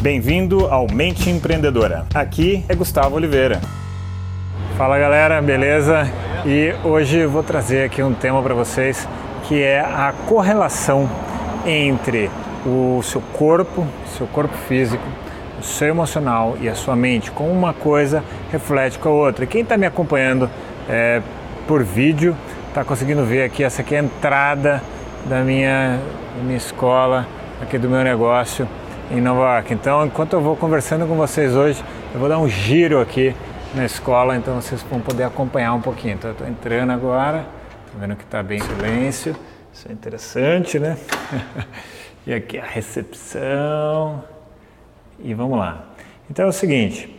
Bem-vindo ao Mente Empreendedora. Aqui é Gustavo Oliveira. Fala galera, beleza? E hoje eu vou trazer aqui um tema para vocês que é a correlação entre o seu corpo físico, o seu emocional e a sua mente. Como uma coisa reflete com a outra. E quem está me acompanhando por vídeo está conseguindo ver aqui, essa aqui é a entrada da minha escola, aqui do meu negócio em Nova York. Então, enquanto eu vou conversando com vocês hoje, eu vou dar um giro aqui na escola, então vocês vão poder acompanhar um pouquinho. Então, eu estou entrando agora, estou vendo que está bem em silêncio, isso é interessante, né? E aqui a recepção, e vamos lá. Então é o seguinte,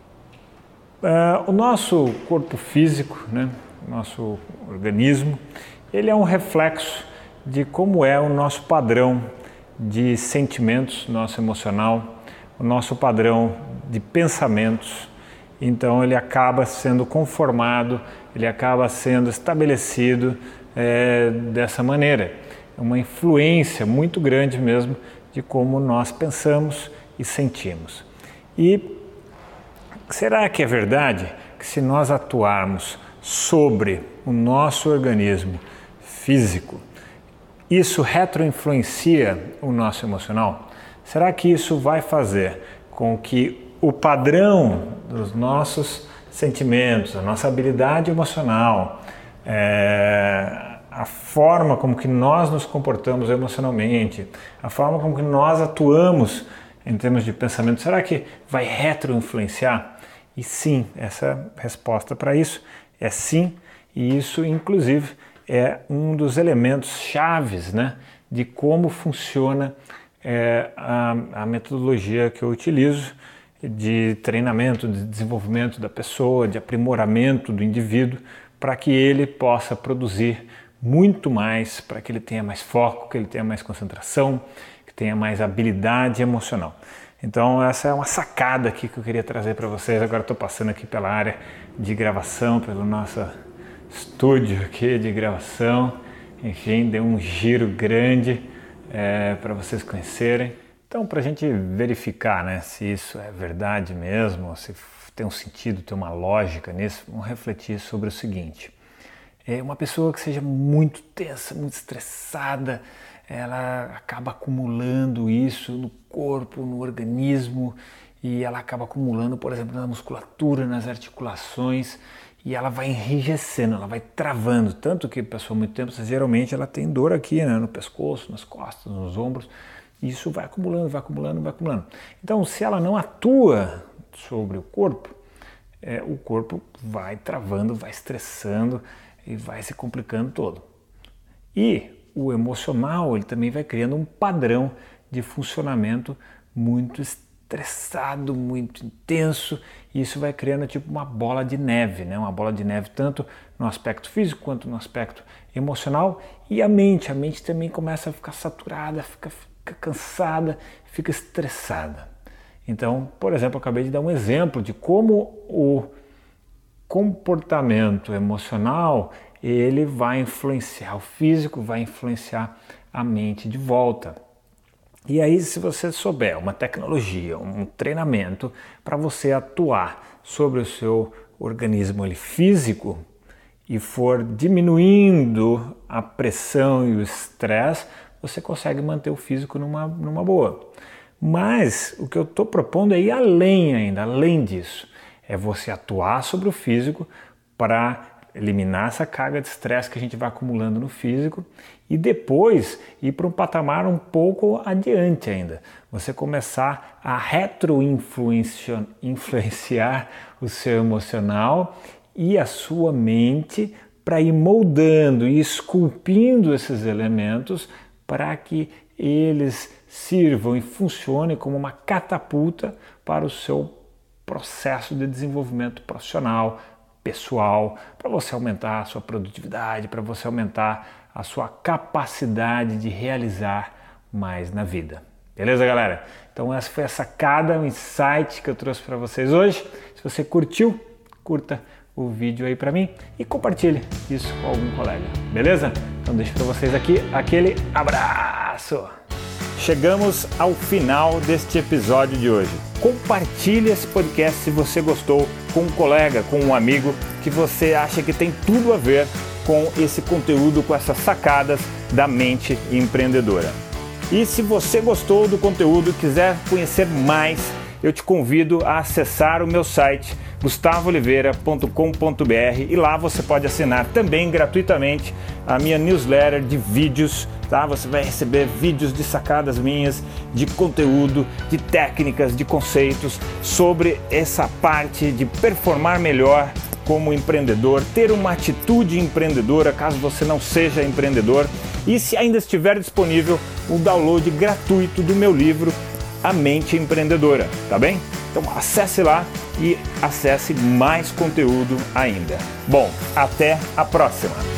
o nosso corpo físico, né? O nosso organismo, ele é um reflexo de como é o nosso padrão de sentimentos, nosso emocional, o nosso padrão de pensamentos. Então ele acaba sendo conformado, ele acaba sendo estabelecido dessa maneira. É uma influência muito grande mesmo de como nós pensamos e sentimos. E será que é verdade que se nós atuarmos sobre o nosso organismo físico, isso retroinfluencia o nosso emocional? Será que isso vai fazer com que o padrão dos nossos sentimentos, a nossa habilidade emocional, a forma como que nós nos comportamos emocionalmente, a forma como que nós atuamos em termos de pensamento, será que vai retroinfluenciar? E sim, essa resposta para isso é sim, e isso inclusive é um dos elementos chaves, né, de como funciona a metodologia que eu utilizo de treinamento, de desenvolvimento da pessoa, de aprimoramento do indivíduo, para que ele possa produzir muito mais, para que ele tenha mais foco, que ele tenha mais concentração, que tenha mais habilidade emocional. Então essa é uma sacada aqui que eu queria trazer para vocês. Agora estou passando aqui pela área de gravação, pelo nosso estúdio aqui de gravação, enfim, deu um giro grande para vocês conhecerem. Então, para a gente verificar, né, se isso é verdade mesmo, se tem um sentido, tem uma lógica nisso, vamos refletir sobre o seguinte. Uma pessoa que seja muito tensa, muito estressada, ela acaba acumulando isso no corpo, no organismo, e ela acaba acumulando, por exemplo, na musculatura, nas articulações, e ela vai enrijecendo, ela vai travando, tanto que a pessoa muito tempo, geralmente ela tem dor aqui, né, no pescoço, nas costas, nos ombros, e isso vai acumulando, vai acumulando, vai acumulando. Então, se ela não atua sobre o corpo vai travando, vai estressando e vai se complicando todo. E o emocional, ele também vai criando um padrão de funcionamento muito estressado, muito intenso, e isso vai criando tipo uma bola de neve, né? Uma bola de neve tanto no aspecto físico quanto no aspecto emocional. E a mente também começa a ficar saturada, fica cansada, fica estressada. Então, por exemplo, eu acabei de dar um exemplo de como o comportamento emocional ele vai influenciar o físico, vai influenciar a mente de volta. E aí, se você souber uma tecnologia, um treinamento para você atuar sobre o seu organismo físico e for diminuindo a pressão e o estresse, você consegue manter o físico numa boa. Mas o que eu estou propondo é ir além disso. É você atuar sobre o físico para eliminar essa carga de estresse que a gente vai acumulando no físico e depois ir para um patamar um pouco adiante ainda. Você começar a retroinfluenciar o seu emocional e a sua mente para ir moldando e esculpindo esses elementos para que eles sirvam e funcionem como uma catapulta para o seu processo de desenvolvimento profissional, pessoal, para você aumentar a sua produtividade, para você aumentar a sua capacidade de realizar mais na vida. Beleza, galera? Então essa foi a sacada, o insight que eu trouxe para vocês hoje. Se você curtiu, curta o vídeo aí para mim e compartilhe isso com algum colega. Beleza? Então deixo para vocês aqui aquele abraço! chegamos ao final deste episódio de hoje. Compartilhe esse podcast se você gostou com um colega, com um amigo que você acha que tem tudo a ver com esse conteúdo, com essas sacadas da mente empreendedora. E se você gostou do conteúdo e quiser conhecer mais, eu te convido a acessar o meu site gustavooliveira.com.br e lá você pode assinar também gratuitamente a minha newsletter de vídeos, tá? Você vai receber vídeos de sacadas minhas, de conteúdo, de técnicas, de conceitos sobre essa parte de performar melhor como empreendedor, ter uma atitude empreendedora caso você não seja empreendedor, e se ainda estiver disponível o download gratuito do meu livro A Mente Empreendedora, tá bem? Então acesse lá e acesse mais conteúdo ainda. Bom, até a próxima!